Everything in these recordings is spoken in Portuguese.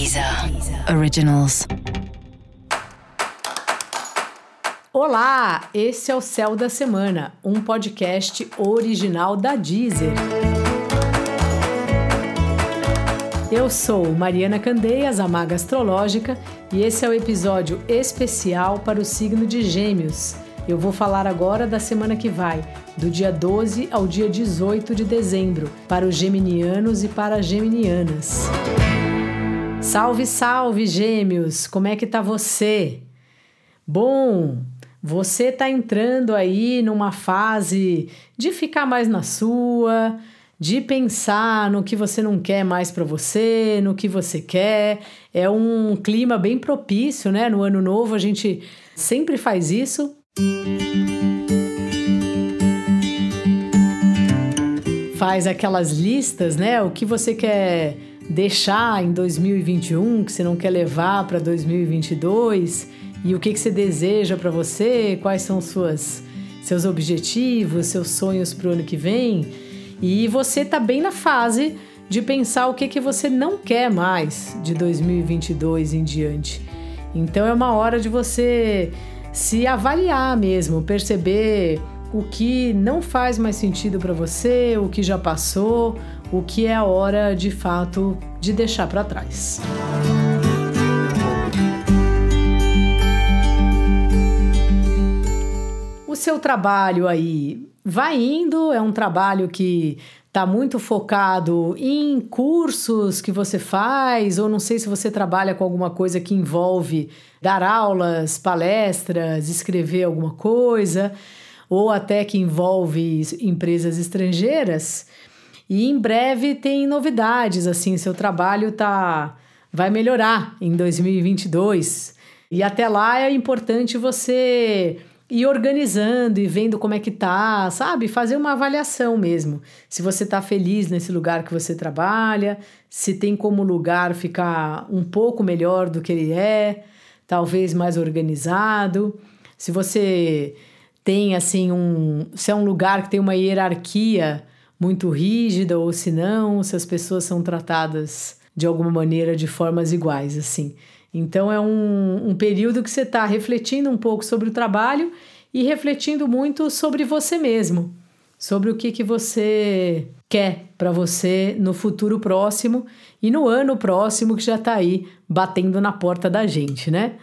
Deezer Originals. Olá, esse é o Céu da Semana, um podcast original da Deezer. Eu sou Mariana Candeias, a Maga Astrológica, e esse é o episódio especial para o signo de Gêmeos. Eu vou falar agora da semana que vai, do dia 12 ao dia 18 de dezembro, para os geminianos e para as geminianas. Salve, salve, Gêmeos! Como é que tá você? Bom, você tá entrando aí numa fase de ficar mais na sua, de pensar no que você não quer mais para você, no que você quer. É um clima bem propício, né? No ano novo a gente sempre faz isso. Faz aquelas listas, né? O que você quer deixar em 2021, que você não quer levar para 2022, e o que você deseja para você, quais são seus objetivos, seus sonhos para o ano que vem. E você tá bem na fase de pensar o que você não quer mais de 2022 em diante. Então é uma hora de você se avaliar mesmo, perceber o que não faz mais sentido para você, o que já passou, o que é a hora de fato de deixar para trás. O seu trabalho aí vai indo, é um trabalho que está muito focado em cursos que você faz, ou não sei se você trabalha com alguma coisa que envolve dar aulas, palestras, escrever alguma coisa, ou até que envolve empresas estrangeiras. E em breve tem novidades, assim, seu trabalho vai melhorar em 2022. E até lá é importante você ir organizando e vendo como é que tá, sabe? Fazer uma avaliação mesmo. Se você tá feliz nesse lugar que você trabalha, se tem como o lugar ficar um pouco melhor do que ele é, talvez mais organizado. Se você tem, assim, se é um lugar que tem uma hierarquia muito rígida, ou se não, se as pessoas são tratadas de alguma maneira de formas iguais, assim. Então é um período que você está refletindo um pouco sobre o trabalho e refletindo muito sobre você mesmo, sobre o que você quer para você no futuro próximo e no ano próximo que já está aí batendo na porta da gente, né?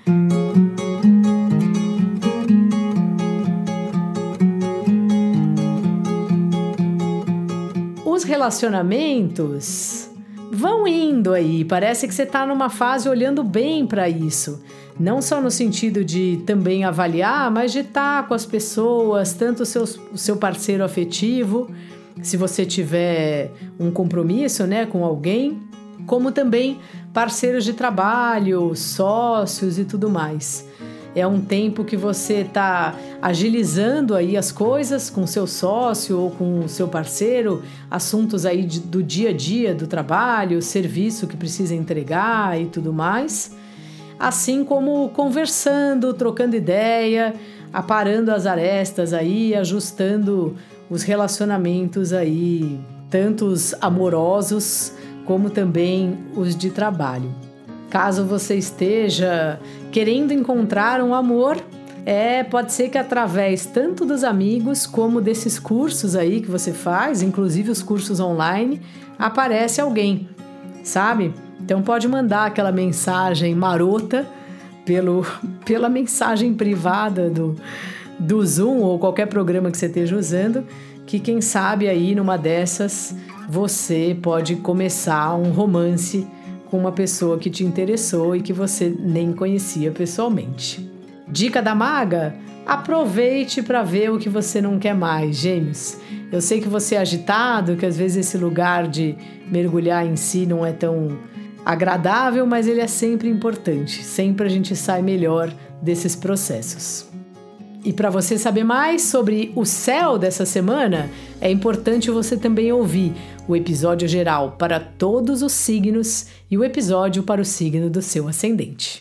Os relacionamentos vão indo aí, parece que você está numa fase olhando bem para isso. Não só no sentido de também avaliar, mas de estar com as pessoas, tanto o seu parceiro afetivo, se você tiver um compromisso, né, com alguém, como também parceiros de trabalho, sócios e tudo mais. É um tempo que você está agilizando aí as coisas com seu sócio ou com o seu parceiro, assuntos aí do dia a dia do trabalho, serviço que precisa entregar e tudo mais. Assim como conversando, trocando ideia, aparando as arestas aí, ajustando os relacionamentos aí, tanto os amorosos como também os de trabalho. Caso você esteja querendo encontrar um amor, pode ser que através tanto dos amigos como desses cursos aí que você faz, inclusive os cursos online, aparece alguém, sabe? Então pode mandar aquela mensagem marota pela mensagem privada do Zoom ou qualquer programa que você esteja usando, que quem sabe aí numa dessas você pode começar um romance com uma pessoa que te interessou e que você nem conhecia pessoalmente. Dica da Maga? Aproveite para ver o que você não quer mais, Gêmeos. Eu sei que você é agitado, que às vezes esse lugar de mergulhar em si não é tão agradável, mas ele é sempre importante. Sempre a gente sai melhor desses processos. E para você saber mais sobre o céu dessa semana, é importante você também ouvir o episódio geral para todos os signos e o episódio para o signo do seu ascendente.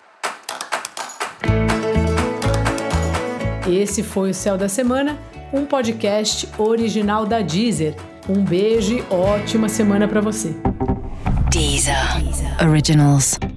Esse foi o Céu da Semana, um podcast original da Deezer. Um beijo e ótima semana para você. Deezer Originals.